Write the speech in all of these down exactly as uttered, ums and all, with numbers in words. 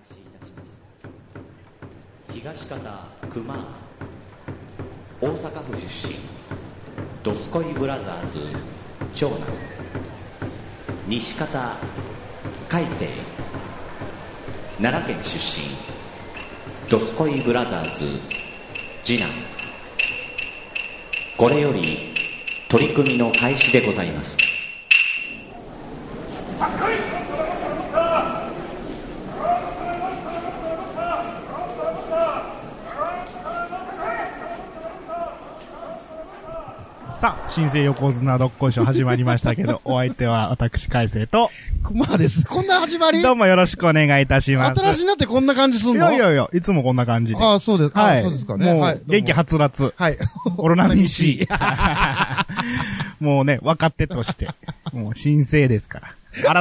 始いたします。東方熊、大阪府出身、どすこいブラザーズ長男、西方海星、奈良県出身、どすこいブラザーズ次男。これより取り組みの開始でございます。 さあ、新生横綱どっこいしょ始まりましたけど、お相手は私、海星と、 熊です。こんな始まり？ どうもよろしくお願いいたします。 新しいなってこんな感じすんの？ いやいやいや、いつもこんな感じで。 ああ、そうです。 はい。 あそうですかね。 もう、 はい、 元気はつらつ。 はい。 オロナミン C。もうね、若手として、もう新生ですから。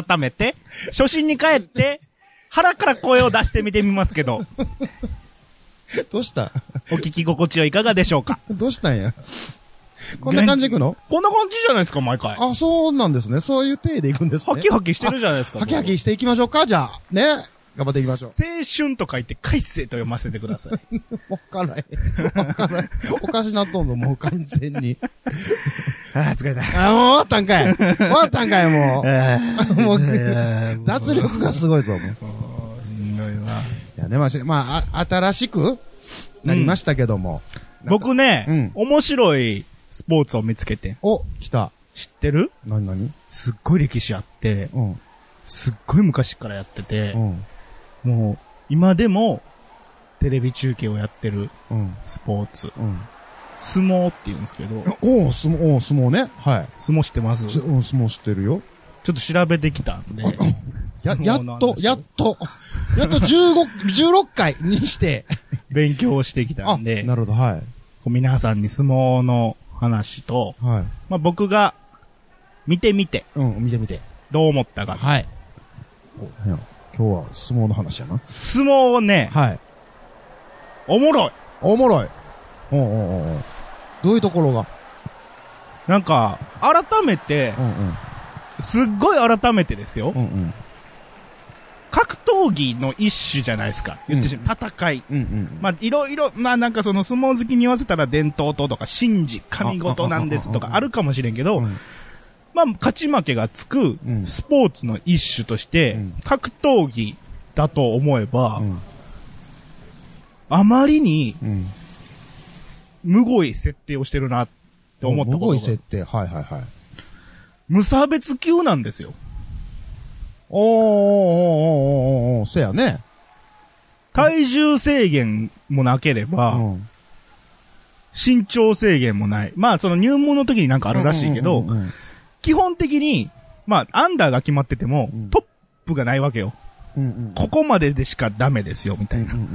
改めて、初心に帰って、腹から声を出してみてみますけど。 どうしたお聞き心地はいかがでしょうか？ どうしたんや？こんな感じでいくの？ こんな感じじゃないですか、毎回。 あ、そうなんですね。そういう体でいくんですね。 ハキハキしてるじゃないですか。 ハキハキしていきましょうか、じゃあ。ね。頑張っていきましょう。 青春と書いて、海星と読ませてください。 わからない。わからない。おかしなっとんの、もう完全に。 ああ、疲れた。 あ、もう終わったんかい。終わったんかい、もう。もう、脱力がすごいぞ、もう。しんどいな。いや、ね、まあ、まあ、新しくなりましたけども。 うん、僕ね、 うん、 面白いスポーツを見つけて。 お、来た。 知ってる？ なになに？ すっごい歴史あって、 うん、 すっごい昔からやってて、 うん、 もう、今でも、テレビ中継をやってる、スポーツ、 うん。 相撲って言うんですけど。 おー、相撲、おー、相撲ね。はい。 相撲知ってます？ うん、相撲知ってるよ。 ちょっと調べてきたんで。 や、やっと、やっと、やっとじゅうご、じゅうろっかいにして。 勉強してきたんで。 あ、なるほど、はい。 皆さんに相撲の話と、 はい。 まあ僕が、見てみて。 うん、見てみて。 どう思ったか。 はい。お、今日は相撲の話やな。 相撲ね。 はい。 おもろい。 おもろい。おうおうおう。どういうところが？ なんか、改めて、 うんうん、 すっごい改めてですよ。 うんうん、 格闘技の一種じゃないですか。言ってしまう。戦い。 うんうん、 まあ、いろいろ、まあなんかその相撲好きに言わせたら伝統ととか、神事、神事なんですとかあるかもしれんけど、うん、まあ、勝ち負けがつくスポーツの一種として、格闘技だと思えば、うん、あまりに、むごい設定をしてるなって思ったことが。 むごい設定、はいはいはい。 無差別級なんですよ。 おーおーおーおーおー、そやね。 体重制限もなければ、うん、身長制限もない。まあ、その入門の時になんかあるらしいけど、うんうんうんうん、基本的に、まあ、アンダーが決まってても、うん、トップがないわけよ、うんうん。ここまででしかダメですよ、みたいな。うんうんうん、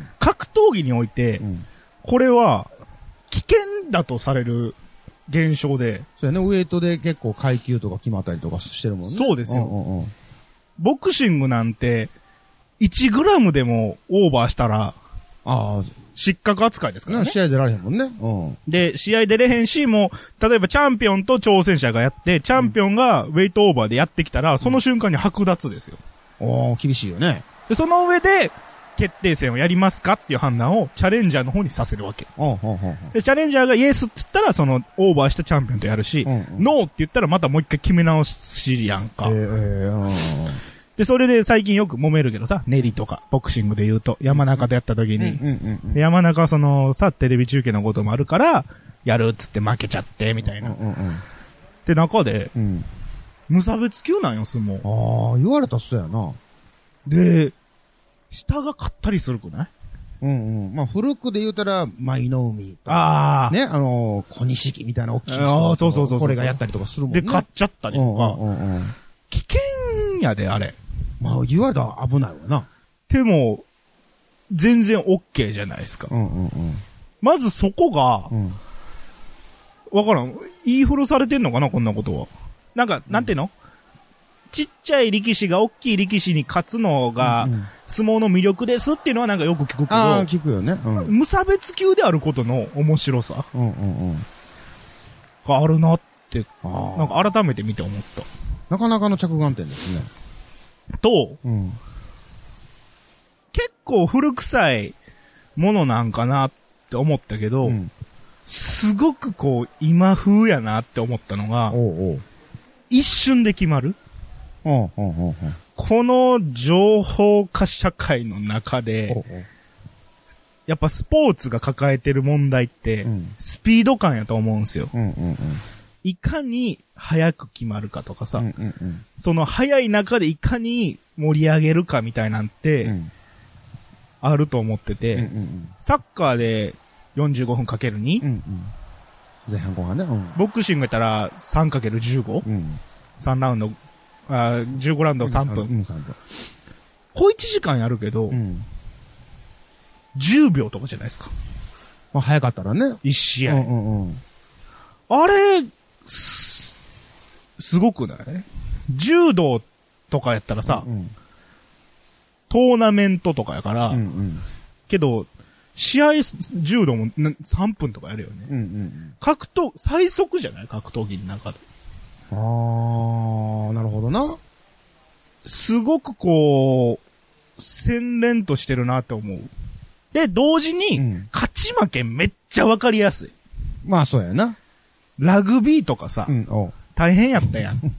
格闘技において、うん、これは、危険だとされる現象で。 そうやね、ウエイトで結構階級とか決まったりとかしてるもんね。 そうですよ。うんうんうん、ボクシングなんて、いちグラムでもオーバーしたら、あ失格扱いですからね。 試合出られへんもんね。うん、 で、試合出れへんし、もう、例えばチャンピオンと挑戦者がやって、チャンピオンがウェイトオーバーでやってきたら、うん、その瞬間に剥奪ですよ。 おー、厳しいよね。 で、その上で、決定戦をやりますかっていう判断をチャレンジャーの方にさせるわけ。 おうおうおうで、チャレンジャーがイエスって言ったら、その、オーバーしたチャンピオンとやるし、うんうん、ノーって言ったらまたもう一回決め直しやんか。えー、で、それで最近よく揉めるけどさ、ネリとか、ボクシングで言うと、山中でやった時に、うんうんうんうん、山中はその、さ、テレビ中継のこともあるから、やるっつって負けちゃって、みたいな。うんうんうん、で、中で、うん、無差別級なんよ、相撲。 ああ、言われたっすやな。 で、下が勝ったりするくない？ うんうん。まあ、古くで言うたら、舞の海とか。 ああ。 ね、あのー、小錦みたいな大きい人。 ああ、そうそうそうそう。 これがやったりとかするもんね。 で、勝っちゃったりとか。うんうんうん、危険やで、あれ。 まあ、言われたら危ないわな。 でも、全然 OK じゃないですか。うんうんうん、まずそこが、うん、わからん。言い古されてんのかな、こんなことは。なんか、なんていうの、ちっちゃい力士が大きい力士に勝つのが、うんうん、相撲の魅力ですっていうのはなんかよく聞くけど。 ああ、聞くよね、 うん。無差別級であることの面白さ、うんうんうん、があるなって、なんか改めて見て思った。 なかなかの着眼点ですね。 と、うん、 構古臭いものなんかなって思ったけど、うん、すごくこう、今風やなって思ったのが、おうおう一瞬で決まる。おうおうおうこの情報化社会の中で、おうおうやっぱスポーツが抱えてる問題って、うん、スピード感やと思うんですよ、うんうんうん。いかに早く決まるかとかさ、うんうんうん、その早い中でいかに盛り上げるかみたいなんて、うん、あると思ってて、うんうんうん、サッカーでよんじゅうごふんかけるに、うんうん、 前半後半ね、うん、 ボクシングやったら さんかけるじゅうご、うん、さんラウンド、あじゅうごラウンドさんぷん。うんうん、こういちじかんやるけど、うん、じゅうびょうとかじゃないですか。 まあ、早かったらね。 一試合。うんうんうん、あれ、す、すごくない？柔道とかやったらさ、うんうん、トーナメントとかやから、うんうん、けど、試合、柔道もさんぷんとかやるよね。うんうん、格闘、最速じゃない格闘技の中で。 あー、なるほどな。 すごくこう、洗練としてるなって思う。で、同時に、うん、勝ち負けめっちゃわかりやすい。 まあそうやな。 ラグビーとかさ、うん、大変やったやん。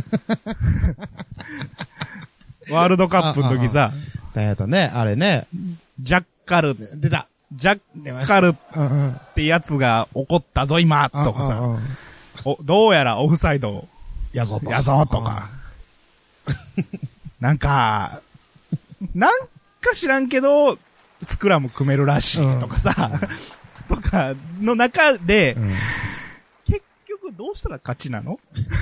ワールドカップの時さ、 大変やったね、あれね。 ジャッカル。 出た。 ジャッカルってやつが起こったぞ今とかさ、うんうん、おどうやらオフサイドやぞやぞとか。なんか、なんか知らんけど、スクラム組めるらしいとかさ、うん、とかの中で、うん、結局どうしたら勝ちなの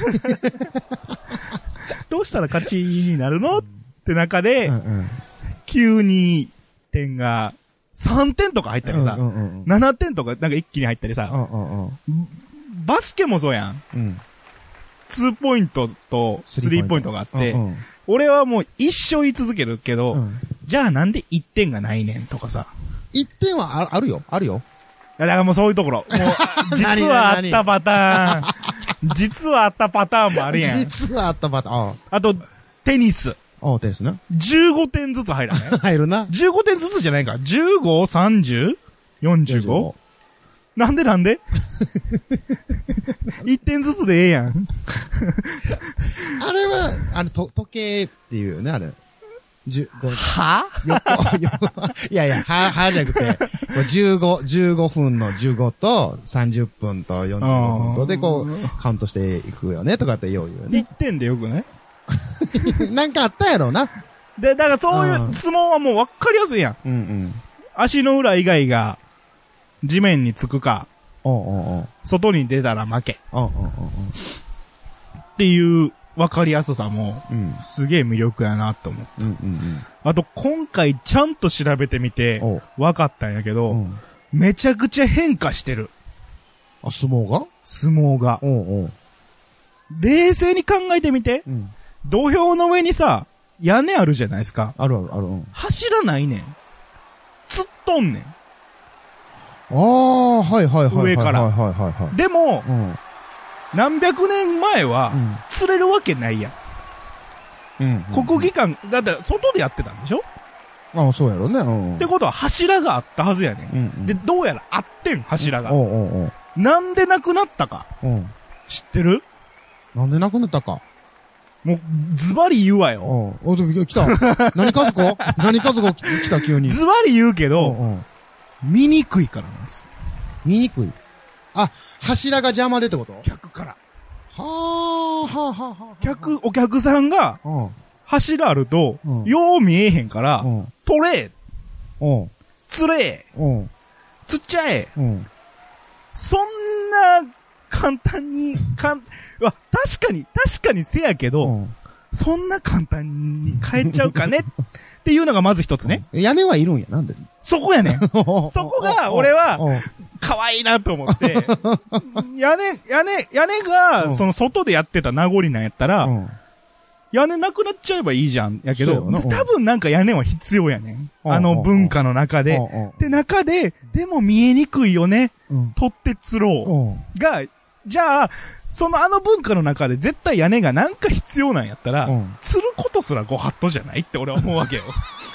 どうしたら勝ちになるのって中で、うんうん、急に点がさんてんとか入ったりさ、うんうんうん、ななてんとかなんか一気に入ったりさ、うんうんうん、バスケもそうやん。うん、にポイントとスリーポイントがあって、うんうん、俺はもう一生言い続けるけど、うん、じゃあなんでいってんがないねんとかさ。 いってんは あ, あるよ、あるよ。 いやだからもうそういうところ。もう、実はあったパターン。実はあったパターンもあるやん。 実はあったパターン。 あと、テニス。 ああ、テニスね。 じゅうごてんずつ入らない入るな。 じゅうごてんずつじゃないか。じゅうご、さんじゅう、よんじゅうご? なんでなんでいってんずつでええやん。 あれは、あの、と、時計っていうよね、あれ。じゅうごはぁいやいや、は、はじゃなくて、じゅうご、じゅうごふんのじゅうごとさんじゅっぷんとよんじゅうごふんとでこう、カウントしていくよね、とかって言うよね。 いってんでよくないなんかあったやろうな。 で、だからそういう相撲はもう分かりやすいやん。うんうん、足の裏以外が地面につくか、おうおうおう外に出たら負け。おうおうおうっていう分かりやすさも、すげえ魅力やなと思った、うんうんうん。あと今回ちゃんと調べてみて分かったんやけど、うん、めちゃくちゃ変化してる。 あ、相撲が相撲が。おうおう冷静に考えてみて。うん土俵の上にさ、屋根あるじゃないですか。 あるあるある。うん、 柱ないねん。つっとんねん。 ああ、はいはいはいはい。 上から。 はいはいはいはい。 でも、うん、何百年前は、うん、釣れるわけないやん。うん。国技館、だって外でやってたんでしょああ、そうやろね。うん。 ってことは柱があったはずやねん。うんうん、で、どうやらあってん、柱が。うん、おうおうおうなんでなくなったか。うん、知ってる？ なんでなくなったか。 もう、ズバリ言うわよ。 おお、来た。何かずこ何かずこ来た急に。 ズバリ言うけど、おうおう見にくいからなんですよ。 見にくいあ、柱が邪魔でってこと客から。 はぁ、はぁ、はぁ、はぁ。 客、お客さんが、柱あると、よう見えへんから、取れ釣れ釣っちゃえそんな、簡単に、かん、わ、確かに、確かにせやけど、うん、そんな簡単に変えちゃうかねっていうのがまず一つね。 屋根はいるんや、なんでそこやねん。そこが、俺は、可愛いなと思って、屋根、屋根、屋根が、その外でやってた名残なんやったら、うん、屋根なくなっちゃえばいいじゃん、やけど、多分なんか屋根は必要やねん。あの文化の中で。で、中で、でも見えにくいよね。取って釣ろう。が、じゃあ、そのあの文化の中で絶対屋根がなんか必要なんやったら、うん、釣ることすらご法度じゃないって俺は思うわけよ。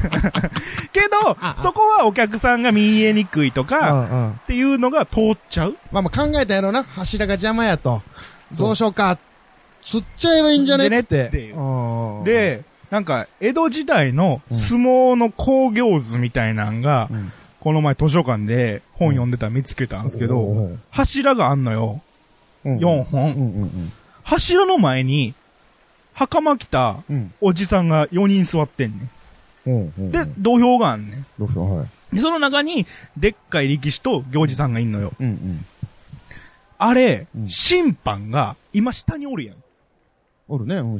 けど、そこはお客さんが見えにくいとか、うんうん、っていうのが通っちゃう。 まあまあ考えたやろな。柱が邪魔やと。どうしようか。釣っちゃえばいいんじゃねって。ってで、なんか、江戸時代の相撲の工業図みたいなんが、うん、この前図書館で本読んでたら見つけたんですけど、うん、柱があんのよ。うん、よんほん、うんうんうん。柱の前に、袴着たおじさんがよにん座ってんね、うんうんうん。で、土俵があんねん。 土俵、はい。 で、その中に、でっかい力士と行司さんがいんのよ。うんうん、あれ、うん、審判が今下におるやん。 おるね、うん。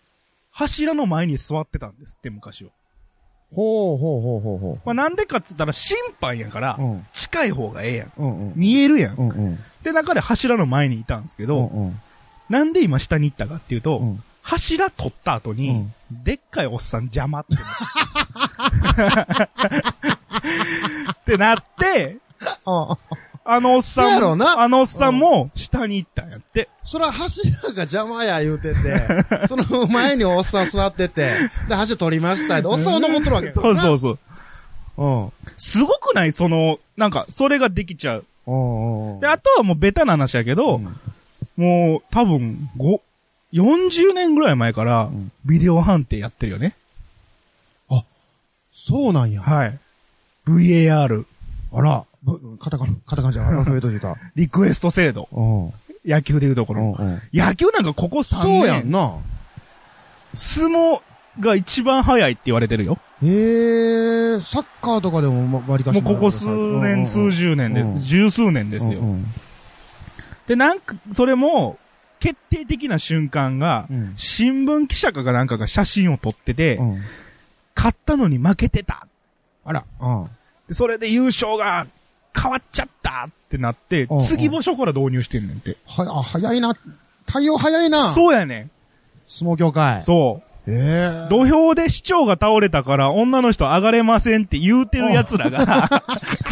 柱の前に座ってたんですって、昔は。 ほうほうほうほうほう。 まあ、なんでかっつったら審判やから、うん、近い方がええやん。うんうん、見えるやん、うんうん。で、中で柱の前にいたんですけど、うんうん、なんで今下に行ったかっていうと、うん、柱取った後に、うん、でっかいおっさん邪魔ってなって。ってなって、あのおっさん、あのおっさんも下に行ったんやって。 そら柱が邪魔や言うてて、その前におっさん座ってて、で、柱取りましたおっさんは残ってるわけですよ。そうそうそう。うん。すごくないその、なんか、それができちゃう。で、あとはもうベタな話やけど、うん、もう多分、ご、よんじゅうねんぐらい前から、ビデオ判定やってるよね。 あ、そうなんや。 はい。ブイエーアール。 あら。カタカナ、カタカナじゃん。アルファベットで言った。 リクエスト制度。野球でいうところ。野球なんかここさんねん。 そうやんな。 相撲が一番早いって言われてるよ。 へー、サッカーとかでも割りかしもうここ数年、数十年です。十数年ですよ。で、なんか、それも、決定的な瞬間が、新聞記者かがなんかが写真を撮ってて、勝ったのに負けてた。あら。それで優勝が、変わっちゃったってなって、うんうん、次場所から導入してんねんって。 は、あ、早いな。対応早いな。 そうやねん。 相撲協会。 そう。ええー。土俵で市長が倒れたから女の人上がれませんって言うてる奴らが、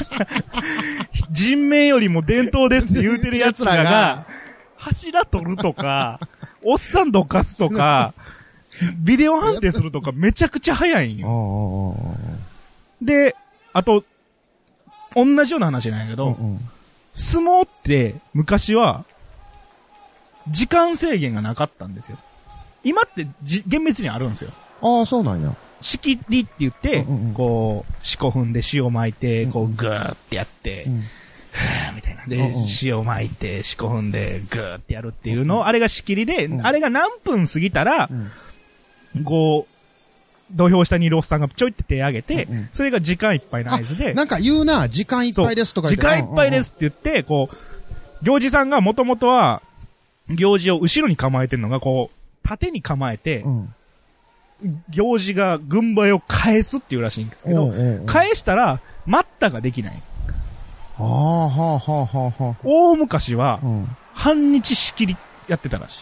人命よりも伝統ですって言うてる奴らが、柱取るとか、おっさんどかすとか、ビデオ判定するとかめちゃくちゃ早いんよ。で、あと、同じような話なんやけど、うんうん、相撲って昔は時間制限がなかったんですよ。今ってじ厳密にあるんですよ。 ああ、そうなんや。 仕切りって言って、うんうんうん、こう、四股踏んで塩巻いて、こう、ぐーってやって、うん、ふーみたいな。で、うんうん、塩巻いて、四股踏んで、ぐーってやるっていうのを、うんうん、あれが仕切りで、うん、あれが何分過ぎたら、うん、こう、土俵下にいるおっさんがちょいって手上げて、うんうん、それが時間いっぱいの合図で。 なんか言うな、時間いっぱいですとか言って。 時間いっぱいですって言って、こう、行司さんがもともとは、行司を後ろに構えてるのが、こう、縦に構えて、うん、行司が軍配を返すっていうらしいんですけど、おうおうおう返したら、待ったができない。 はあ、はあ、はあ、はあ。 大昔は、うん、半日仕切りやってたらしい。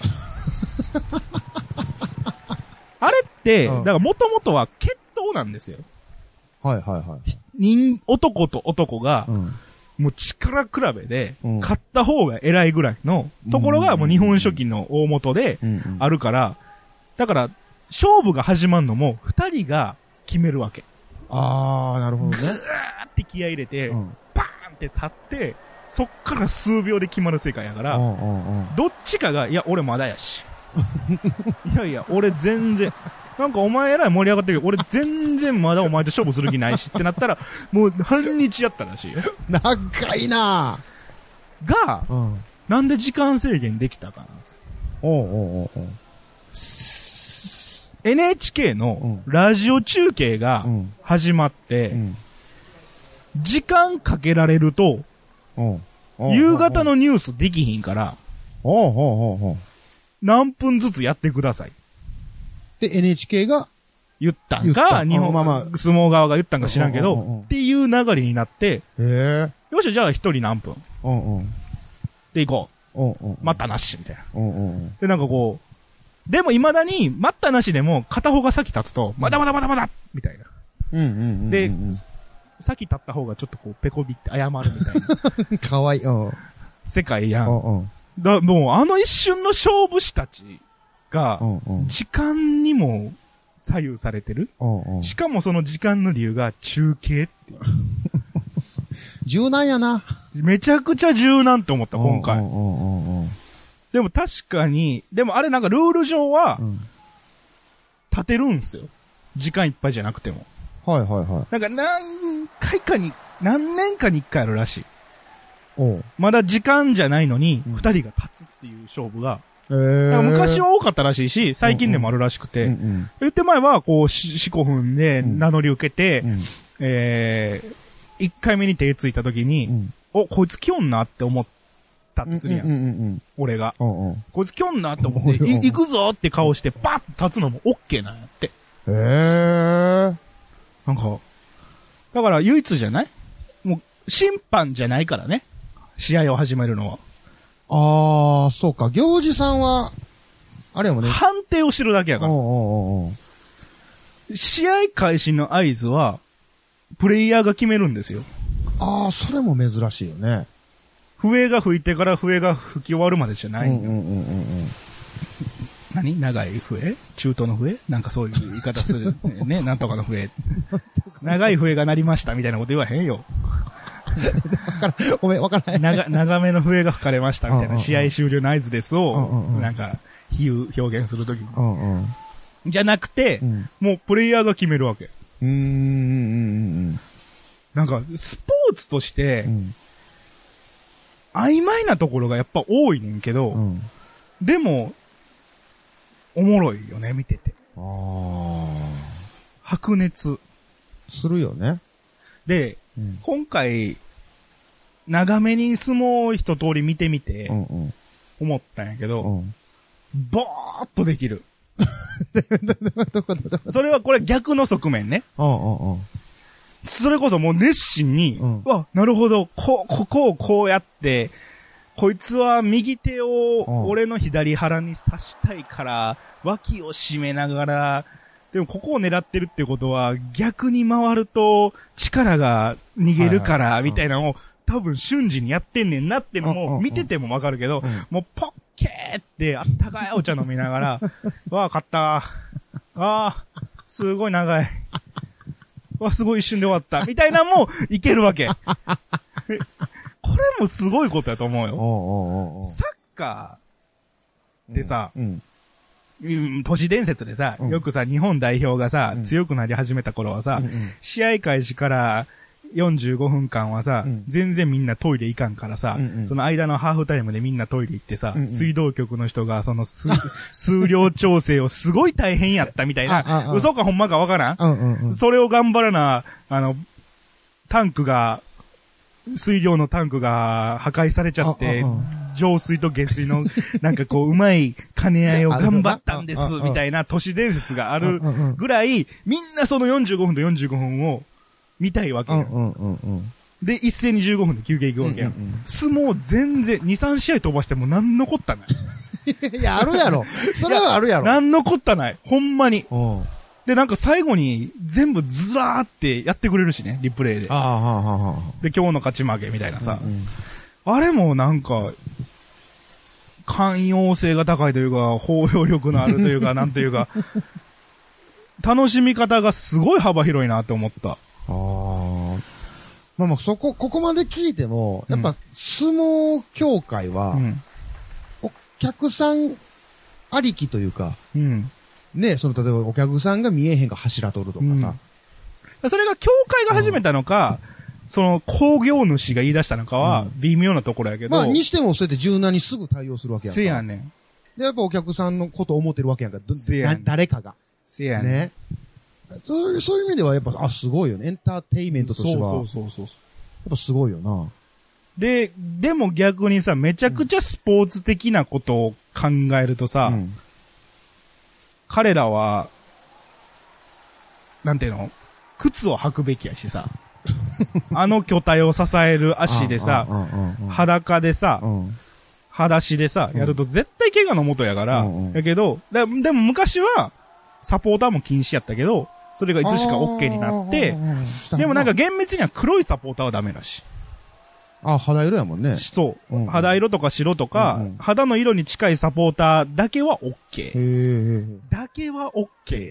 あれって、うん、だからもともとは決闘なんですよ。 はいはいはい。 人、男と男が、うん、もう力比べで、うん、勝った方が偉いぐらいのところがもう日本書紀の大元であるから、だから、勝負が始まるのも二人が決めるわけ。 あー、なるほどね。 ぐーって気合い入れて、うん、バーンって立って、そっから数秒で決まる世界やから、うんうんうん、どっちかが、いや、俺まだやし。いやいや、俺全然、なんかお前えらい盛り上がってるけど、俺全然まだお前と勝負する気ないしってなったら、もう半日やったらしいよ。 長いなぁ。が、うん、なんで時間制限できたかなんですよ。 おうおうおうおうエヌエイチケー のラジオ中継が始まって、うん、時間かけられると、うん、夕方のニュースできひんから、 おうおうおうおう何分ずつやってください。 で、エヌエイチケー が言ったんか、日本、まあまあ、相撲側が言ったんか知らんけど、っていう流れになって、 へよし、じゃあ一人何分。で行こう。待ったなし、みたいな。で、なんかこう、でも未だに、待ったなしでも、片方が先立つと、まだまだまだまだみたいな。で、先立った方がちょっとこう、ペコビって謝るみたいな。 かわいい。 世界やん。だ、もう、あの一瞬の勝負師たちが、時間にも左右されてる。 おうおうしかもその時間の理由が中継っていう。 柔軟やな。 めちゃくちゃ柔軟って思った、今回。 おうおうおうおうでも確かに、でもあれなんかルール上はう、ん立てるんすよ。時間いっぱいじゃなくても。 はいはいはい。 なんか何回かに、何年かに一回あるらしい。 おう。 まだ時間じゃないのに、 うん二人が立つっていう勝負が、 えー、 なんか昔は多かったらしいし、最近でもあるらしくて、 うんうん言って前は、こう、し、ごふんでうん名乗り受けて、 うんえー、一回目に手ついた時に、 うんお、こいつ来よんなって思ったってするやん。 うんうんうん俺が。 うんうんうんこいつ来よんなって思って、 うんい行くぞって顔して、パッと立つのもオッケーなんやって。 へー。 なんか、だから唯一じゃないもう、審判じゃないからね。試合を始めるのは。 あー、そうか。行司さんは、あれやもんね。 判定をしてるだけやから。 おうおうおうおう試合開始の合図は、プレイヤーが決めるんですよ。 あー、それも珍しいよね。 笛が吹いてから笛が吹き終わるまでじゃないんよ。 うんうんうんうんうん。 何長い笛中東の笛なんかそういう言い方する。ね、なんとかの笛。長い笛が鳴りましたみたいなこと言わへんよ。 わからん、ごめん、わからない。 長、長めの笛が吹かれましたみたいな。 うんうんうん試合終了の合図ですうんうんをう、んなんか、比喩表現するときに。 うんうん。 じゃなくてう、ん。 もうプレイヤーが決めるわけ。 うーん、うん、うん、 なんか、スポーツとしてう、ん。 曖昧なところがやっぱ多いねんけど、 うん。 でも、おもろいよね、見てて。 あー。 白熱。 するよね。 で、 うん。 今回、長めに相撲を一通り見てみてう、んうん。 思ったんやけど、 うん。 ボーっとできる。 どこだどこそれはこれ逆の側面ね。 うんうんうん。 それこそもう熱心に、 うんわ、なるほど、こ、ここをこうやって、こいつは右手うんを俺の左腹に刺したいから、脇を締めながら、でもここを狙ってるってことは、逆に回ると力が逃げるかはいはいら、みたいなのを、多分瞬時にやってんねんなってのも、 うんうんうん見ててもわかるけどうん、 もうポッケーってあったかいお茶飲みながら、わあ、勝った。ああ、すごい長い。わ、すごい一瞬で終わった。みたいなのもいけるわけ。これもすごいことやと思うよ。 おうおうおうおうサッカーでさ、 うん。 うん都市伝説でさ、 うんよくさ、日本代表がさ、 うん強くなり始めた頃はさ、 うんうん試合開始からよんじゅうごふんかんはさ、 うん全然みんなトイレ行かんからさ、 うんうんその間のハーフタイムでみんなトイレ行ってさ、 うんうん水道局の人がその数数量調整をすごい大変やったみたいああな、 あ嘘かほんまかわからん、 うんうんうん。 それを頑張らな、あの、タンクが、水量のタンクが破壊されちゃってあああ、 浄水と下水の、なんかこう、うまい兼ね合いを頑張ったんですあああ、 みたいな都市伝説があるうんうんうんぐらい、みんなそのよんじゅうごふんとよんじゅうごふんを見たいわけよ。 うんうんうんうん。 で、一斉にじゅうごふんで休憩行くわけやうんうんうん。 相撲全然、に、さん試合飛ばしても何残ったない。 いや、あるやろ。それはあるやろ。 何残ったない。ほんまに。 うん。 で、なんか最後に全部ずらーってやってくれるしね、リプレイで。 ああ、はあ、はあ、はで、今日の勝ち負けみたいなあ。 さ。 うんうんあれもなんか、寛容性が高いというか、包容力のあるというか、なんというか、楽しみ方がすごい幅広いなって思った。 ああ。まあまあ、そこ、ここまで聞いても、やっぱ、相撲協会はう、ん。 お客さんありきというか、 うん。 ね、その、例えばお客さんが見えへんか柱取るとかさ。 それが協会が始めたのか、その工業主が言い出したのかはうん微妙なところやけど。 まあ、にしてもそうやって柔軟にすぐ対応するわけやんか。 せやねん。 で、やっぱお客さんのことを思ってるわけやんか。どせやねんな誰かが。 せやねん。 ね。そういう、そういう意味ではやっぱ、あ、すごいよね。エンターテイメントとしては。 そうやっそうそうそう。 ぱすごいよな。 で、でも逆にさ、めちゃくちゃスポーツ的なことを考えるとさ、 うん。 彼らは、なんていうの靴を履くべきやしさ。あの巨体を支える足でさ、 うんうんうんうん、 裸でさ、 うん。 裸足でさ、 うんやると絶対怪我の元やから、 うんうんやけど、ででも昔は、サポーターも禁止やったけど、それがいつしか OK になって、でもなんか厳密には黒いサポーターはダメらしい。 あ、肌色やもんね。 そう、 うんうん。 肌色とか白とか、うんうん、肌の色に近いサポーターだけは OK。へだけは OK。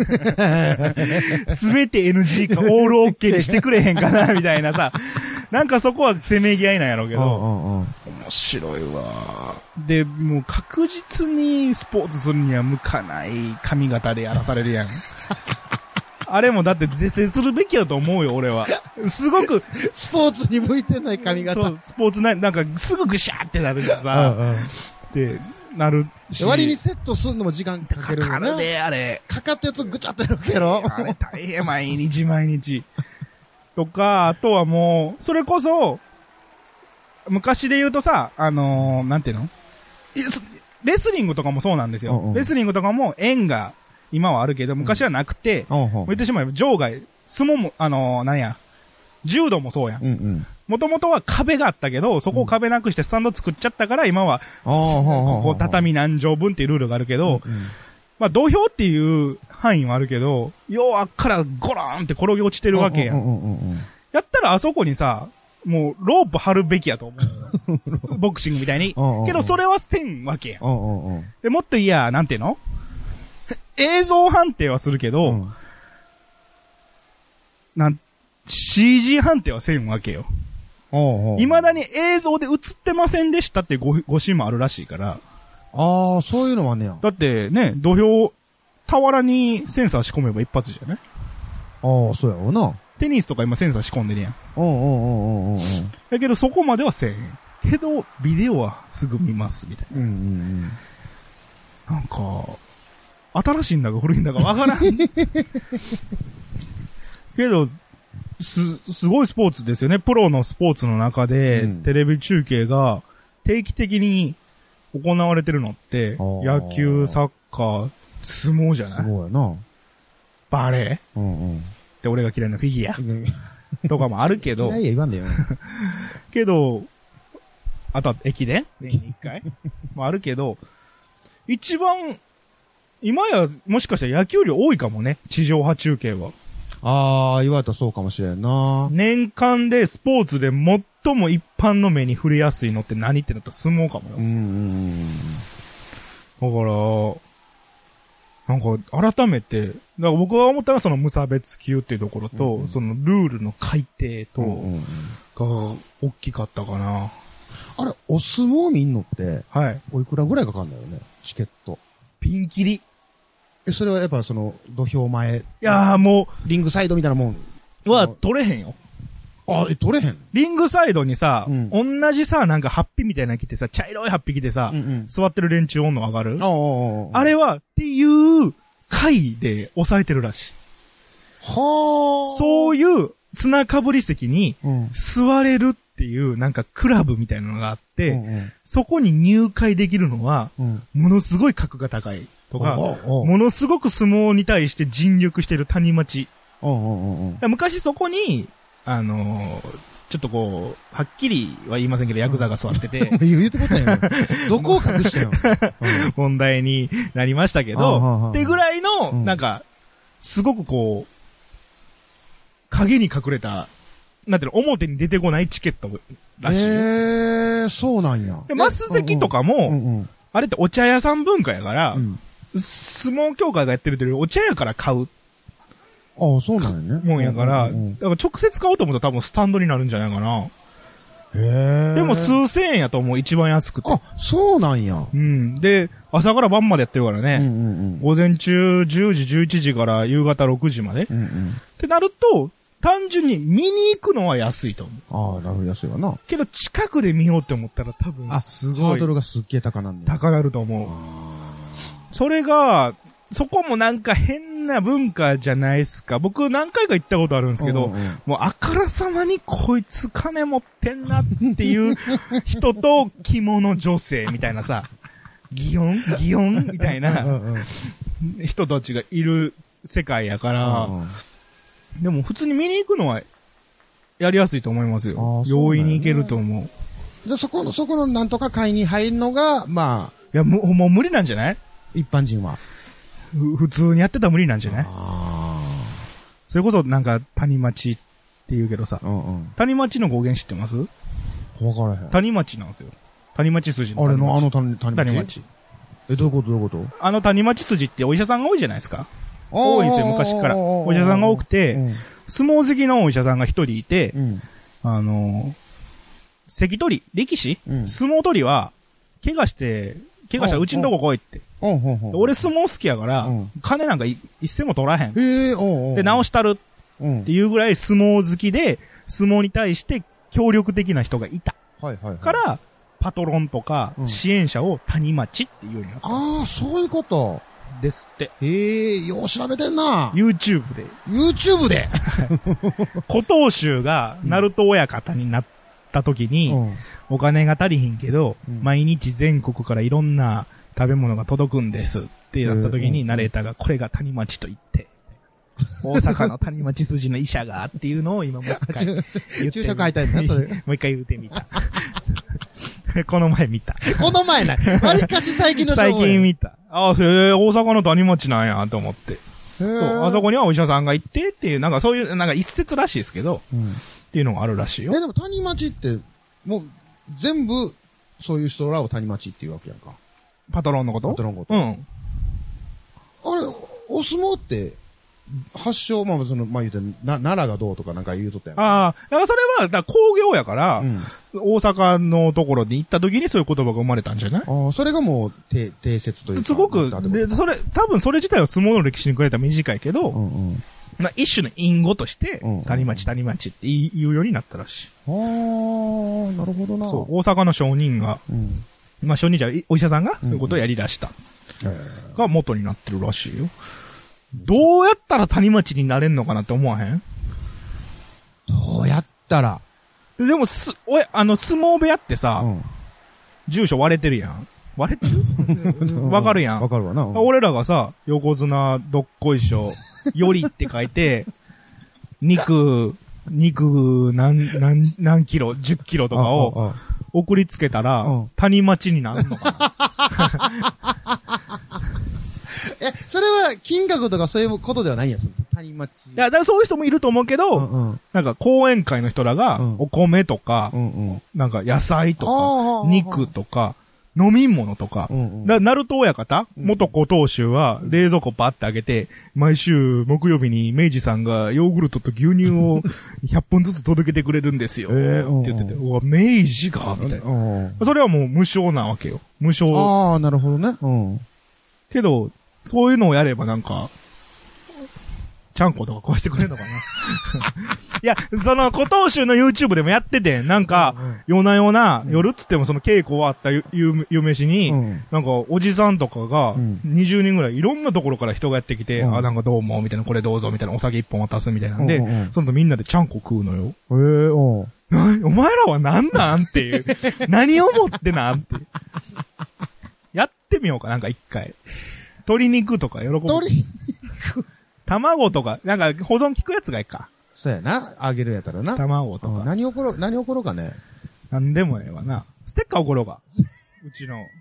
すべて エヌジー かオール OK にしてくれへんかな、みたいなさ。なんかそこはせめぎ合いなんやろうけど。うんうんうん、面白いわ。で、もう確実にスポーツするには向かない髪型でやらされるやん。あれもだって是正するべきやと思うよ、俺は。すごく。 スポーツに向いてない髪型。 そう、スポーツな、なんかすぐぐしゃーってなるしさ。うんうん、ってなるし。 割にセットするのも時間かけるのね。かかるで、あれ。 かかったやつぐちゃってるけど。 あれ大変、毎日毎日。とか、あとはもう、それこそ、昔で言うとさ、あのー、なんていうのレスリングとかもそうなんですよ。うんうん、レスリングとかも円が今はあるけど、昔はなくて、うん、言ってしまえば場外、相撲も、あのー、なんや、柔道もそうやん。もともとは壁があったけど、そこを壁なくしてスタンド作っちゃったから、今は、ここ畳何畳分っていうルールがあるけど、うんうん、まあ土俵っていう範囲はあるけど、ようあっからゴローンって転げ落ちてるわけやん。やったらあそこにさ、もうロープ張るべきやと思う。ボクシングみたいに。けどそれはせんわけやん。で、もっといや、なんていうの映像判定はするけど、うん、なん、シージー 判定はせんわけよ。未だに映像で映ってませんでしたってご、ごしもあるらしいから。 ああ、そういうのはねや。 だってね、土俵、俵にセンサー仕込めば一発じゃない？ ああ、そうやろうな。 テニスとか今センサー仕込んでるやん。 うんうんうんうんうん。 だけどそこまではせん。けど、ビデオはすぐ見ます、みたいな。うんうんうん。なんか、新しいんだか古いんだかわからん。けど、す、すごいスポーツですよね。プロのスポーツの中で、うん、テレビ中継が定期的に行われてるのって、野球、サッカー、相撲じゃない？ そうやな。 バレー、 うんうん、 で、俺が嫌いなフィギュアとかもあるけど。 いやいや言わんでよ。 けど、あとは駅伝年に一回もあるけど、一番、今や、もしかしたら野球量多いかもね。地上波中継は。 あー、言われたらそうかもしれんな。 年間でスポーツで最も一般の目に触れやすいのって何ってなったら相撲かもよ。うんうんうん。だから、なんか改めて、だから僕が思ったのはその無差別級っていうところと、うんうん、そのルールの改定と、うんうん、が大きかったかな。 あれ、お相撲見んのって、 はい。 おいくらぐらいかかるんだよね、チケット。 ピンキリ。 え、それはやっぱその、土俵前。いやーもう。リングサイドみたいなもん。 は、取れへんよ。 あ、え、取れへん？ リングサイドにさ、うん、同じさ、なんかハッピーみたいなの着てさ、茶色いハッピー着てさ、うんうん、座ってる連中おんのわかる？ああ、あれは、っていう回で抑えてるらしい。はあ。そういう綱かぶり席に、座れるっていう、なんかクラブみたいなのがあって、うんうん、そこに入会できるのは、うん、ものすごい格が高い。とか、おうおうものすごく相撲に対して尽力してる谷町。おうおうおう昔そこに、あのー、ちょっとこう、はっきりは言いませんけど、ヤクザが座ってて。 言うてことやん。どこを隠してんの問題になりましたけど、ってぐらいの、なんか、すごくこう、影に隠れた、なんていうの、表に出てこないチケットらしい。へー、そうなんや。 で、マス席とかも、うんうん、あれってお茶屋さん文化やから、うん相撲協会がやってるというよりお茶屋から買う。 ああ、そうなんやね。 もんやから、うんうんうん、だから直接買おうと思うと多分スタンドになるんじゃないかな。へえ。でも数千円やと思う、一番安くて。 あ、そうなんや。 うん。で、朝から晩までやってるからね。うんうんうん、午前中じゅうじ、じゅういちじから夕方ろくじまで。うんうん、ってなると、単純に見に行くのは安いと思う。ああ、なるほど安いわな。 けど近くで見ようって思ったら多分すごい。 ハードルがすっげえ高なんだよ。 高なると思う。それが、そこもなんか変な文化じゃないっすか。僕何回か行ったことあるんですけど、うんうん、もうあからさまにこいつ金持ってんなっていう人と着物女性みたいなさ、擬音擬音みたいな人たちがいる世界やから、うんうん、でも普通に見に行くのはやりやすいと思いますよ。容易に行けると思う。 じゃあそこの、そこのなんとか会に入るのが、まあ。 いや、もう、もう無理なんじゃない？ 一般人は。 普通にやってたら無理なんじゃない？あそれこそなんか谷町って言うけどさ、うんうん、谷町の語源知ってます？ わからへん。 谷町なんですよ。谷町筋のあれ谷町。 の、あの谷谷町。 谷町。 え、どういうことどういうことあの谷町筋ってお医者さんが多いじゃないですか。多いんですよ、昔から。お医者さんが多くて、 うん相撲好きのお医者さんが一人いて、 うん。 あの、関取り、力士、 うん相撲取りは、怪我して、怪我したらうちのとこ来いって。 うんうんうん。 俺相撲好きやから、 うん金なんかい一銭も取らへん。 へえ、おうおう。 で、直したるうん。 っていうぐらい相撲好きで、相撲に対して協力的な人がいた。 はいはいはい。 か、ら、パトロンとかうん支援者を谷町っていうようになった。 ああ、そういうこと。 ですって。 へえ、よう調べてんな。 YouTube で。 YouTube で。 古東州が、ナルト親方になった時に、 うん。 お金が足りひんけど、 うん毎日全国からいろんな食べ物が届くんですってなった時に、 うんナレーターがこれが谷町と言って、大阪の谷町筋の医者がっていうのを今もう一回言って注釈書いたんだ、それ。 もう一回言ってみた。この前見た。 この前な。わりかし最近の情報最近見た。ああ、へえ、大阪の谷町なんやと思って。 そうそう、あそこにはお医者さんが行ってっていう、なんかそういう、なんか一説らしいですけど、 うん。 っていうのがあるらしいよ。 え、でも谷町って、もう、全部、そういう人らを谷町っていうわけやんか。 パトロンのことパトロンことうん。 あれ、お相撲って、発祥、まあ、その、まあ、言うて、な、奈良がどうとかなんか言うとったやんか。 ああ、だからそれは、だから工業やから、 うん。 大阪のところに行った時にそういう言葉が生まれたんじゃないああ、それがもう、定、定説というか。 すごくなったって、ことで、それ、多分それ自体は相撲の歴史に比べたら短いけど、 うんうん。 まあ一種の隠語としてうん、 谷町谷町って言うようになったらしい。 ああ、なるほどな。 そう、大阪の商人が、 う。うん。 まあ商人じゃ、お医者さんがそういうことをやり出した。 えが元になってるらしいよ。どうやったら谷町になれんのかなって思わへんどうやったら。 でも、す、おや、あの、相撲部屋ってさ、 うん。 住所割れてるやん。割れてるわかるやん。 わかるわな。 俺らがさ、横綱どっこいしょ、よりって書いて、肉、肉何、何、何キロ、じゅっキロとかをあああ送りつけたらうん、 谷町になるのかな。 え、それは金額とかそういうことではないんやつ。谷町。 いや、だからそういう人もいると思うけど、 うんうん。 なんか講演会の人らがうん、 お米とかう、んうん。 なんか野菜とああか、肉とか、飲み物とかう、んうん。 だナルト親方、元古東州は冷蔵庫バーって開けて、毎週木曜日に明治さんがヨーグルトと牛乳をひゃっぽんずつ届けてくれるんですよ。 えーって言ってて、うわ、明治がみたいな。 うんそれはもう無償なわけよ。無償。 ああ、なるほどね。うん。 けど、そういうのをやればなんか、ちゃんことか壊してくれるのかな。いや、その古東州の YouTube でもやってて、なんか、夜な夜な、夜っつってもその稽古終わったゆゆ夕飯に、 うんなんか、おじさんとかがうん、 にじゅうにんぐらいいろんなところから人がやってきて、 うんあ、なんかどうも、みたいな、これどうぞ、みたいな、お酒一本渡すみたいなんで、 うんうんうんその後みんなでちゃんこ食うのよ。 ええ、おうな、お前らは何なんっていう。何をもってなんって。やってみようか、なんか一回。鶏肉とか喜ぶ。 鶏卵とか、なんか保存効くやつがいいか。 そうやな。あげるやったらな。うん卵とか。 何送ろう、何送ろうかね。 なんでもええわな。ステッカー送ろうか。うちの。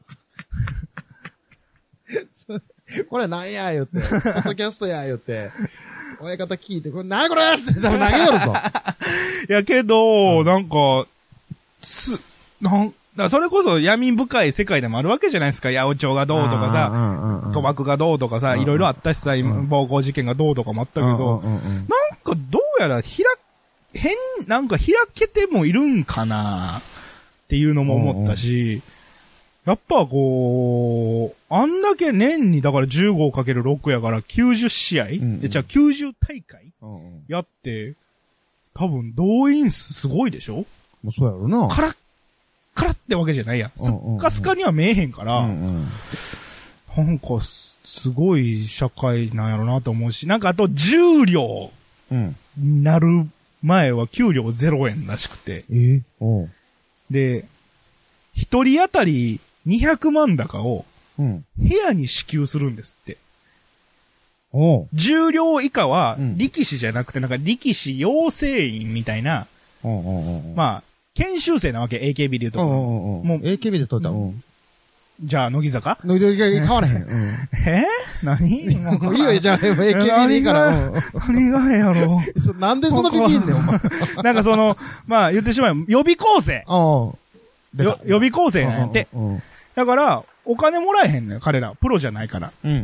これなんや言って。ポッドキャストや言って。親方聞いて、これ何これって多分投げよるぞ。 いやけど、なんか、す、なん、だからそれこそ闇深い世界でもあるわけじゃないですか。八百長がどうとかさ、 さ賭博がどうとかさ、 うんいろいろあったしさ、今うん暴行事件がどうとかもあったけど、 うんうんうんなんかどうやら開、変、なんか開けてもいるんかなっていうのも思ったし、やっぱこう、あんだけ年にだから じゅうごかけるろく やからきゅうじゅう試合、 んうんでじゃあきゅうじゅう大会うんうんやって、多分動員数すごいでしょもうそうやろな。 カラッ、カラッってわけじゃないやん。スッカスカには見えへんから、 うんうんなんかす、すごい社会なんやろなと思うし、なんかあと重量うん。 になる前は給料ゼロえんらしくて、 えおうで、一人当たりにひゃくまん高をうん。 部屋に支給するんですって。 おう重量以下はうん力士じゃなくて、なんか力士養成員みたいな、 おうおうおうまあ、研修生なわけ、エーケービー で言うと。 おうおうおうもうエーケービー で撮った。うん。 じゃあ、乃木坂乃木坂変わらへん。うん、 えー、何もういいよ、じゃあ、エーケービー でいいから。 何がええやろなんでそんなビビんねん、お前。 なんかその、まあ言ってしまえば、予備校生。 よ予備校生なんやって。だから、お金もらえへんのよ、彼ら。プロじゃないから。 うんうんうん。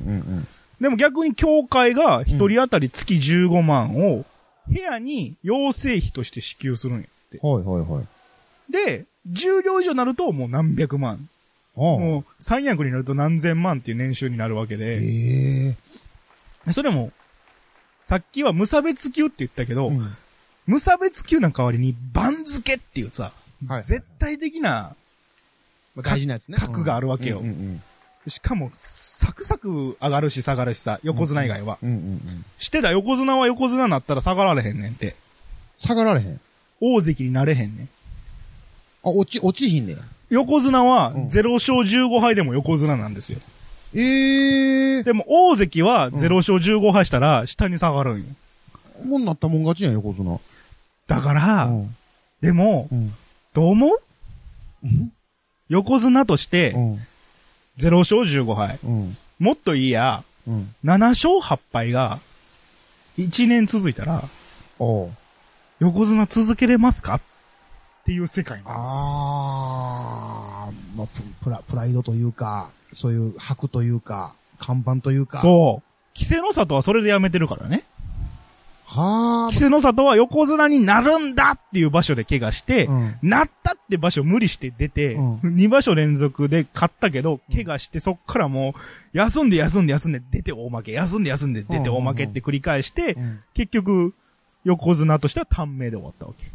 でも逆に協会が一人当たり月じゅうごまんを部屋に養成費として支給するんやって。 はいはいはい。 で、重量以上になるともう何百万。もう三役になると何千万っていう年収になるわけで。 へー。それも、さっきは無差別級って言ったけど、うん、無差別級の代わりに番付っていうさ、はい、絶対的な、 大事なやつね。 格があるわけよ。うんうんうん、しかも、サクサク上がるし下がるしさ、横綱以外は。うんうんうん、してた横綱は横綱になったら下がられへんねんって。 下がられへん大関になれへんねん。 あ、落ち、落ちひんねや。 横綱はゼロ勝じゅうごはいでも横綱なんですよ。 ええー。 でも大関はゼロ勝じゅうごはいしたら下に下がるんよ。 もんなったもん勝ちやん、横綱。 だから、うん、でも、うん、どう思う、うん、横綱として、ゼロ勝じゅうごはい。うん、もっといいや、うん、なな勝はっぱいが、いちねん続いたら、横綱続けれますかっていう世界なの。 あー、まあ、プラ、プライドというか、そういう箔というか、看板というか。 そう。稀勢の里はそれでやめてるからね。 はー。 稀勢の里は横綱になるんだっていう場所で怪我して、うん、なったって場所無理して出て、うん、にばしょ連続で勝ったけど、怪我してそっからもう、休んで休んで休んで出て大負け、休んで休んで出て大負けって繰り返して、うんうんうん、結局、横綱としては短命で終わったわけ。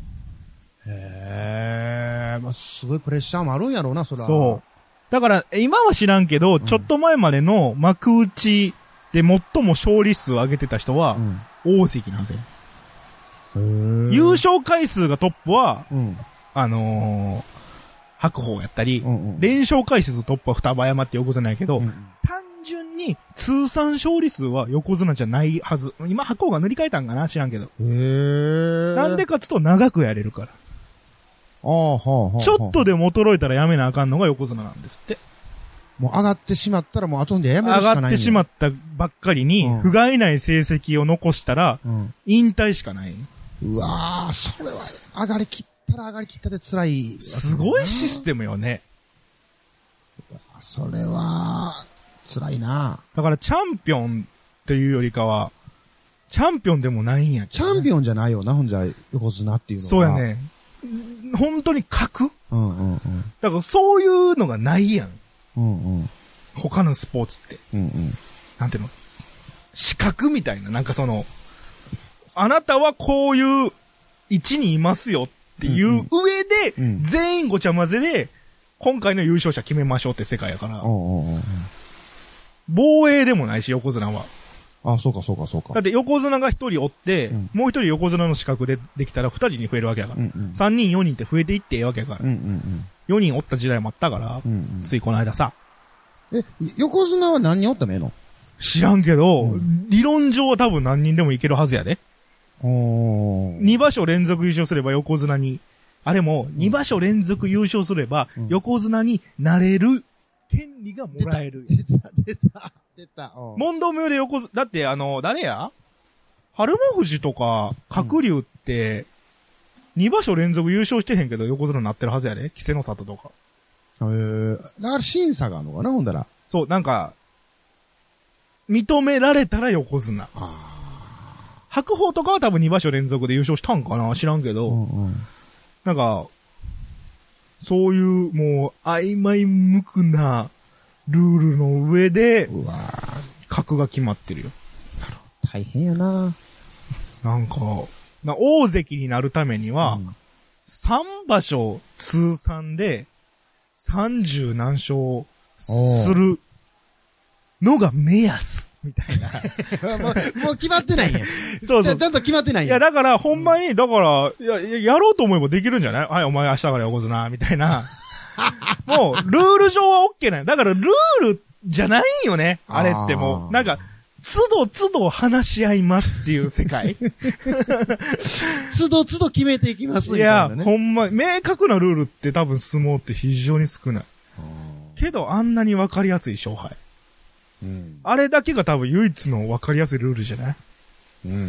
へえ、まあ、すごいプレッシャーもあるんやろうな、それは。 そう。だから、今は知らんけど、うん、ちょっと前までの幕内で最も勝利数を上げてた人は、うん、大関なんですよ。優勝回数がトップは、うん、あのー、白鵬やったり、うんうん、連勝回数トップは双葉山って横綱やけど、うん、単純に通算勝利数は横綱じゃないはず。今白鵬が塗り替えたんかな知らんけど。 へなんでかつと長くやれるから。 ああ、はあ、はあ。 ちょっとでも衰えたらやめなあかんのが横綱なんですって。 もう上がってしまったらもう後でやめるしかない。 上がってしまったばっかりに、不甲斐ない成績を残したら、うん、引退しかない。 うわぁ、それは上がりきったら上がりきったで辛い。 すごいシステムよね。 それは、辛いな。 だからチャンピオンというよりかは、チャンピオンでもないんやけど、ね。 チャンピオンじゃないよな、ほんじゃ横綱っていうのは。 そうやね。本当に格、 うんうんうん、 だからそういうのがないやん。 うんうん、 他のスポーツって。 うんうん、 なんていうの資格みたいな。なんかその、あなたはこういう位置にいますよっていう上で、うんうん、全員ごちゃ混ぜで、今回の優勝者決めましょうって世界やから。 おうおうおう、 防衛でもないし、横綱は。 あ、そうかそうかそうか。 だって横綱が一人おって、うん、もう一人横綱の資格でできたら二人に増えるわけやから。三、うんうん、人四人って増えていってええわけやから。 うんうんうん、 四人おった時代もあったから、うんうん、ついこの間さ。 え、横綱は何人おったらええの？ 知らんけど、うん、理論上は多分何人でもいけるはずやで。二場所連続優勝すれば横綱に、あれも二場所連続優勝すれば横綱になれる権利がもらえる。 出た、出た、出た。 問答無用で横綱、だってあの、誰や春馬富士とか、鶴竜って、二場所連続優勝してへんけど横綱になってるはずやで。稀勢の里とか。 へえ。だから審査があるのかなほんだら。 そう、なんか、認められたら横綱。白鵬とかは多分二場所連続で優勝したんかな知らんけど。 うんうん、 なんか、そういうもう曖昧無垢なルールの上で、 うわ格が決まってるよ。 なるほど。大変やな。 なんか、な大関になるためには、三、うん、場所通算で三十何勝するのが目安。みたいなもう。もう決まってないんや。 そうそう。 ちゃんと決まってないんや。 いや、だから、ほんまに、だから、いや、やろうと思えばできるんじゃないはい、お前明日から横綱、みたいな。もう、ルール上は OK なんや。だから、ルールじゃないよね。あれってもう。なんか、都度都度話し合いますっていう世界。 都度都度決めていきますみたいな、ね。 いや、ほんま、明確なルールって多分相撲って非常に少ない。 けどあんなに分かりやすい勝敗。 うん。 あれだけが多分唯一の分かりやすいルールじゃない？ うんうんうん。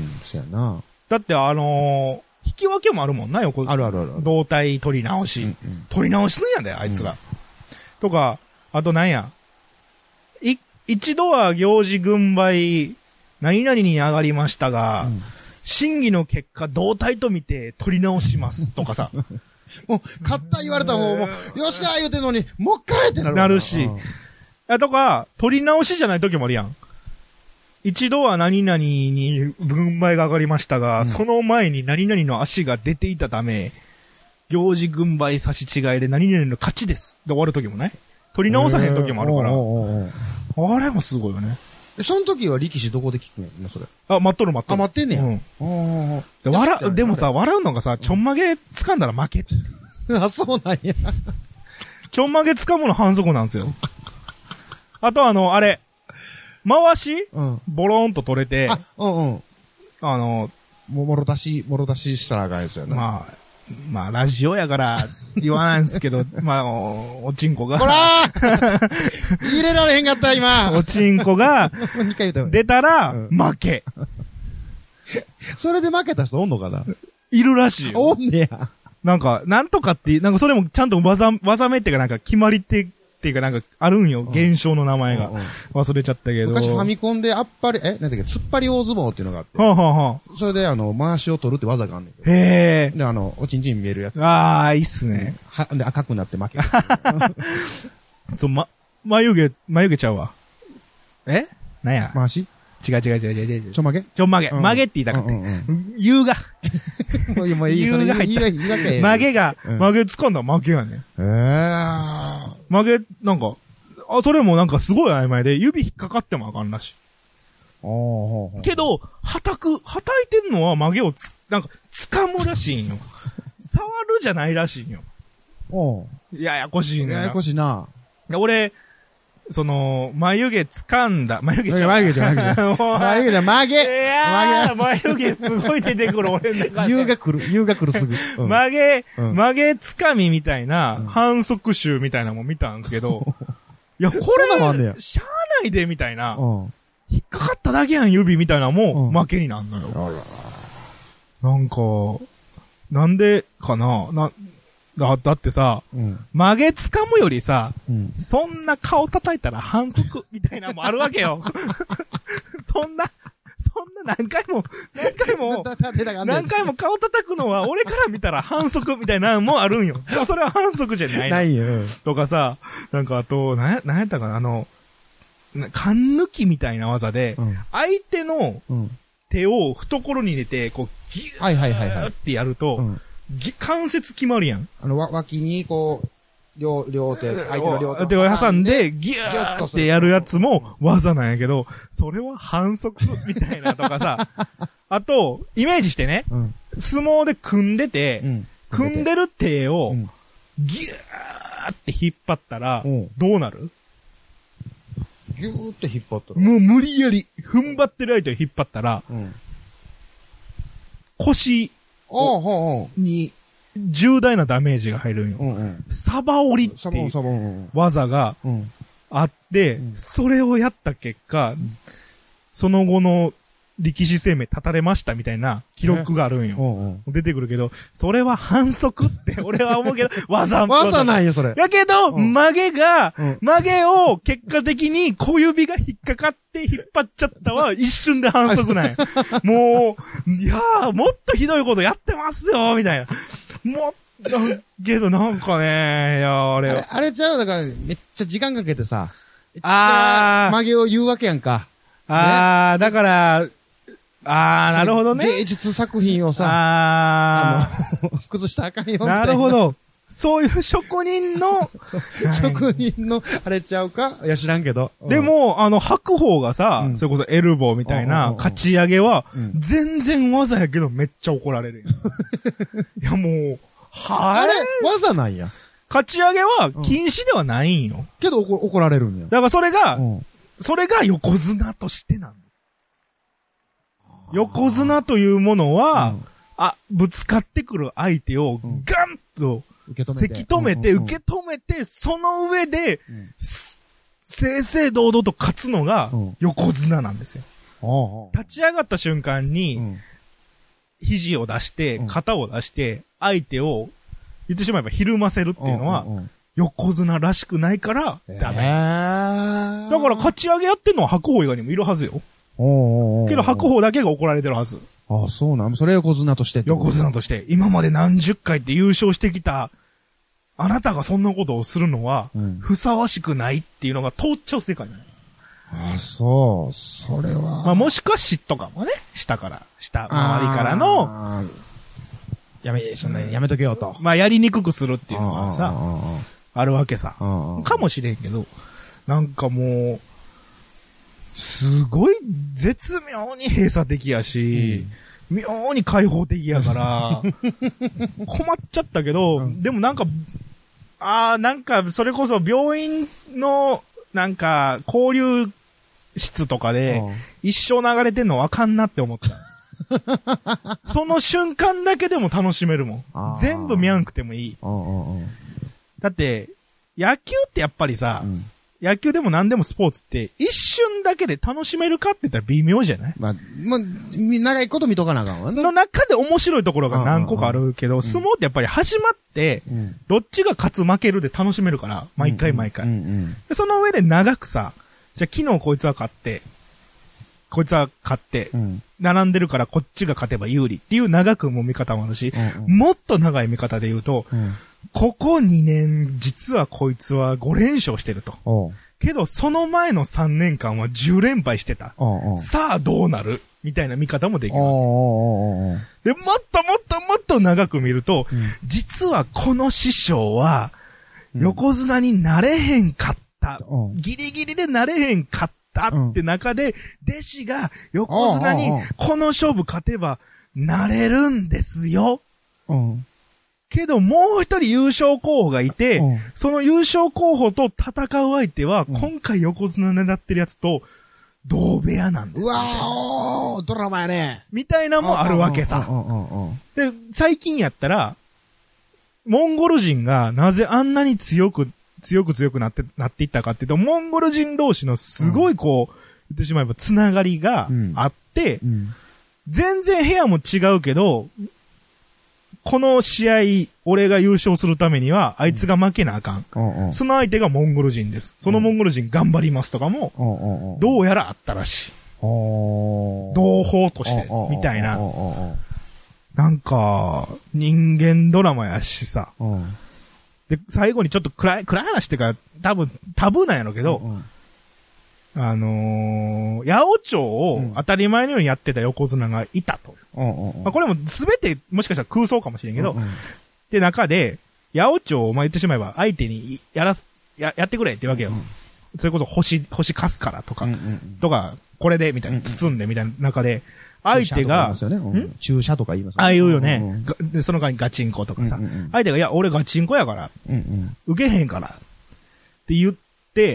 そやな。 だってあのー、引き分けもあるもんな、横。 あるあるある。 胴体取り直し。うんうん、取り直しすんやで、あいつが。うん、とか、あとなんや。い、一度は行事軍配、何々に上がりましたが、うん、審議の結果、胴体と見て取り直します。とかさ。 もう、勝った言われた方も、よっしゃー言うてんのに、もう一回ってなる。 なるし。あとか、取り直しじゃない時もあるやん。一度は何々に軍配が上がりましたが、うん、その前に何々の足が出ていたため、行事軍配差し違いで何々の勝ちです。で終わる時もね。取り直さへん時もあるから。おーおーおーあれもすごいよね。 その時は力士どこで聞くのそれ。 あ、待っとる待っとる。 あ、待ってんねや。うん。 で笑う、でもさ、笑うのがさ、ちょんまげ掴んだら負け。 あ、そうなんや。 ちょんまげ掴むの反則なんですよ。あとあの、あれ。回し、うん、ボローンと取れて、 あ、うんうん。 あの、 も、もろ出し、もろ出ししたらあかんですよね。 まあ、まあ、ラジオやから言わないんですけど、まあ、お、おちんこが。 ほらー入れられへんかった、今。 おちんこが、出たら、負け。 それで負けた人おんのかな？ いるらしいよ。 おんねや。 なんか、なんとかって、なんかそれもちゃんと技、技名っていうかなんか決まりって、っていうかなんかあるんよ、現象の名前が。忘れちゃったけど。 昔ファミコンであっぱれ、え、なんだっけ、突っ張り大相撲っていうのがあって。 はあはあはあ、 それであの、回しを取るって技があんねんけど。 へえ。 で、あの、おちんちん見えるやつ。 ああ、いいっすね。 は、で赤くなって負ける。 そう、ま、眉毛、眉毛ちゃうわ。えなんや回し違う違う違う違う違う。 ちょんまげちょんまげ。曲げって言いたかった。優が。 もういい、 優が入った。曲げが、曲げ掴んだら負けやねん。へぇ曲げ、なんか、あ、それもなんかすごい曖昧で、指引っかかってもあかんらしい。けど、はたく、はたいてんのは曲げをつ、なんか、掴むらしいんよ。触るじゃないらしいんよ。 おややこしいね。 ややこしいな。 俺、その、眉毛掴んだ。眉毛ちゃう。 眉毛じゃ、眉毛じゃ。眉毛じゃ、曲げ。 いやー、眉毛すごい出てくる、俺の中で。 優が来る、優が来るすぐ。 うん、曲げ、うん、曲げ掴みみたいな、反則集みたいなのも見たんですけど、いや、これ、しゃーないで、みたいな、うん。引っかかっただけやん、指みたいなのも、負けになんのよ。うん、なんか、なんでかなな、だ、だってさ、うん、曲げ掴むよりさ、うん、そんな顔叩いたら反則みたいなのもあるわけよ。そんな、そんな何回も、何回も、何回も顔叩くのは俺から見たら反則みたいなのもあるんよ。でもそれは反則じゃないの。 ないよ。 とかさ、なんかあと、な、なんやったかな、あの、勘抜きみたいな技で、うん、相手の手を懐に入れて、こう、ギューってやると、うん、関節決まるやん。 あの、わ、脇にこう、両、両手、相手の両手を挟んで、ギューってやるやつも技なんやけど、それは反則みたいなとかさ、あと、イメージしてね、うん、相撲で組んでて、うん、組んでる手を、ギューって引っ張ったら、どうなる？ ギューって引っ張ったらもう無理やり、踏ん張ってる相手を引っ張ったら、うん、腰に重大なダメージが入るんよ。うんうん、サバ折りっていう技があって、うん、それをやった結果、うん、その後の力士生命立たれましたみたいな記録があるんよ。うんうん、出てくるけど、それは反則って俺は思うけど、技、 技ないよ、それ。 やけど、うん、曲げが、うん、曲げを結果的に小指が引っかかって引っ張っちゃったは一瞬で反則ない。もう、いやー、もっとひどいことやってますよ、みたいな。もっけどなんかね、いやー、あれ。 あれ、あれちゃうだから、めっちゃ時間かけてさ、あー。曲げを言うわけやんか。 あー、ね、だから、あー、なるほどね。 芸術作品をさ、 あー、あの、崩したらあかんよみたいな。なるほど。そういう職人の、 職人の、あれちゃうかいや知らんけど。 でも、あの、白鵬がさ、うん、それこそエルボーみたいな、勝ち上げは、うん、全然技やけどめっちゃ怒られるやん。いやもう、はぁ、あれ技なんや。 勝ち上げは禁止ではないんよ。うん、 けど怒、怒られるんや。 だからそれが、うん、それが横綱としてなんです。横綱というものは、うん、あ、ぶつかってくる相手をガンと受け止めて。 せき止めて、受け止めて、その上で、正々堂々と勝つのが、横綱なんですよ。立ち上がった瞬間に、肘を出して、肩を出して、相手を、言ってしまえばひるませるっていうのは、横綱らしくないから、ダメ。だから勝ち上げやってんのは白鵬以外にもいるはずよ。けど白鵬だけが怒られてるはず。 ああ、そうなの。それ横綱として。 横綱として。今まで何十回って優勝してきた、あなたがそんなことをするのは、ふさわしくないっていうのが通っちゃう世界なの。 ああ、そう。それは。 まあもしくは嫉妬かもね。下から、下、周りからの、 やめ、そんなやめとけよと。 まあやりにくくするっていうのがさ、あるわけさ。かもしれんけど、なんかもう、すごい絶妙に閉鎖的やし、うん、妙に開放的やから、困っちゃったけど、うん、でもなんか、ああ、なんかそれこそ病院の、なんか交流室とかで、一生流れてんのわかんなって思った。その瞬間だけでも楽しめるもん。全部見やんくてもいい。だって、野球ってやっぱりさ、うん、野球でも何でもスポーツって一瞬だけで楽しめるかって言ったら微妙じゃない？ まあ、まあ、長いこと見とかなあかんわね。 の中で面白いところが何個かあるけど、相撲ってやっぱり始まって、うん、どっちが勝つ負けるで楽しめるから、毎回毎回。でその上で長くさ、じゃあ昨日こいつは勝って、こいつは勝って、うん、並んでるからこっちが勝てば有利っていう長くも見方もあるし、うんうん、もっと長い見方で言うと、うんここにねん、実はこいつはご連勝してると。けど、その前のさんねんかんはじゅう連敗してた。さあ、どうなるみたいな見方もできる。で、もっともっともっと長く見ると、うん、実はこの師匠は、横綱になれへんかった。うん、ギリギリでなれへんかったって中で、弟子が横綱にこの勝負勝てばなれるんですよ。うんけど、もう一人優勝候補がいて、うん、その優勝候補と戦う相手は、うん、今回横綱狙ってるやつと、同部屋なんですよ。 うわー、ドラマやね。 みたいなのもあるわけさ。で、最近やったら、モンゴル人がなぜあんなに強く、強く強くなって、なっていったかっていうと、モンゴル人同士のすごいこう、うん、言ってしまえばつながりがあって、うんうん、全然部屋も違うけど、この試合、俺が優勝するためには、あいつが負けなあかん。うんうん、その相手がモンゴル人です。そのモンゴル人頑張りますとかも、うんうん、どうやらあったらしい。同胞として、みたいな。なんか、人間ドラマやしさ。で、最後にちょっと暗い、暗い話っていうか、多分、タブーなんやろうけど、うんうんあのー、八百長を当たり前のようにやってた横綱がいたと。うんうんうんまあ、これもすべてもしかしたら空想かもしれんけど、うんうん、で中で、八百長をまあ言ってしまえば相手にやらす、や、やってくれってわけよ。うんうん、それこそ星、星貸すからとか、うんうんうん、とか、これでみたいな、包んでみたいな中で、相手が、 注射とか言いますよね。 ああ言うよね、うんうん。で、その間にガチンコとかさ、うんうんうん、相手が、いや、俺ガチンコやから、うんうん、受けへんから、って言って、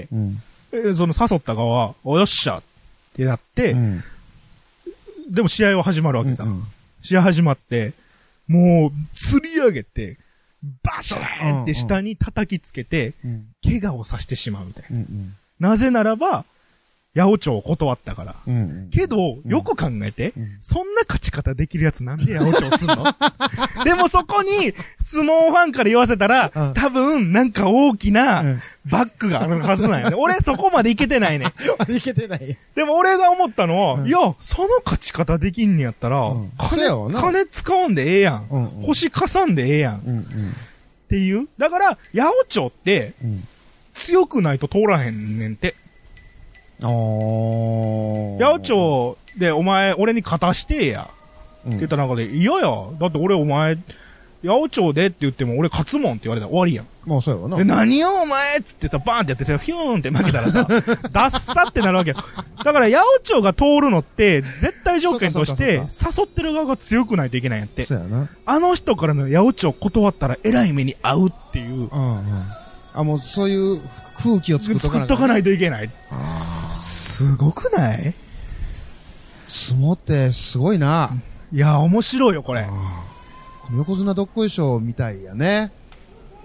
うんその誘った側は、およっしゃってなって、うん、でも試合は始まるわけさ、うんうん。試合始まって、もう、釣り上げて、バシーンって下に叩きつけて、うんうん、怪我をさせてしまうみたいな。うんうん、なぜならば、八百長を断ったから。うんうん、けど、よく考えて、うん、そんな勝ち方できるやつなんで八百長すんのでもそこに、相撲ファンから言わせたら、うん、多分、なんか大きな、バックがあるはずなんよね。俺そこまでいけてないね。 いけてない。 でも俺が思ったのは、うん、いや、その勝ち方できんねやったら、うん、金、金使わんでええやん。うんうん、星かさんでええやん、うんうん。っていう。だから、八百長って、うん、強くないと通らへんねんって。あー。八百長でお前俺に勝たしてや。って言った中で、いやや、だって俺お前、八百長でって言っても俺勝つもんって言われたら終わりやん。 まあそうやわな。 で、何よお前っつってさ、バーンってやってて、ヒューンって負けたらさ、ダッサってなるわけよ。だから八百長が通るのって、絶対条件として、誘ってる側が強くないといけないんやって。 そうやな。あの人からの八百長断ったら偉い目に遭うっていう。うんうん。 あ、もうそういう空気を作っとかないと。 作っとかないといけない。すごくない？ 相撲ってすごいな。 いや、面白いよ、これ。 横綱どっこいしょみたいやね。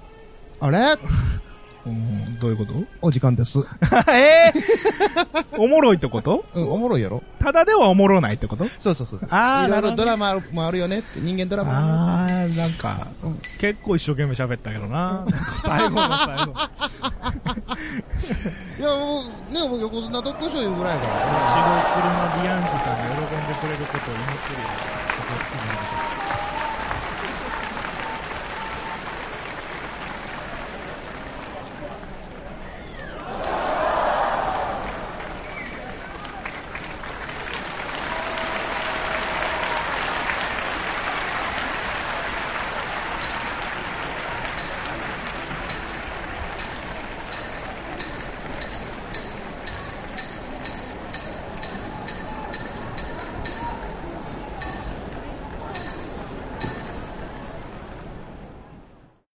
あれうん、どういうこと？ お時間です。 えー、おもろいってこと？ うん、おもろいやろ？ ただではおもろないってこと？ そうそうそう。 ああ、 いろいろドラマもあるよねって、人間ドラマああ、なんか、うん、結構一生懸命喋ったけどな。最後の最後。 いや、もう、ね、もう横綱特許賞いうぐらいから。 白い車ディアンジさんが喜んでくれることを祈ってるよ。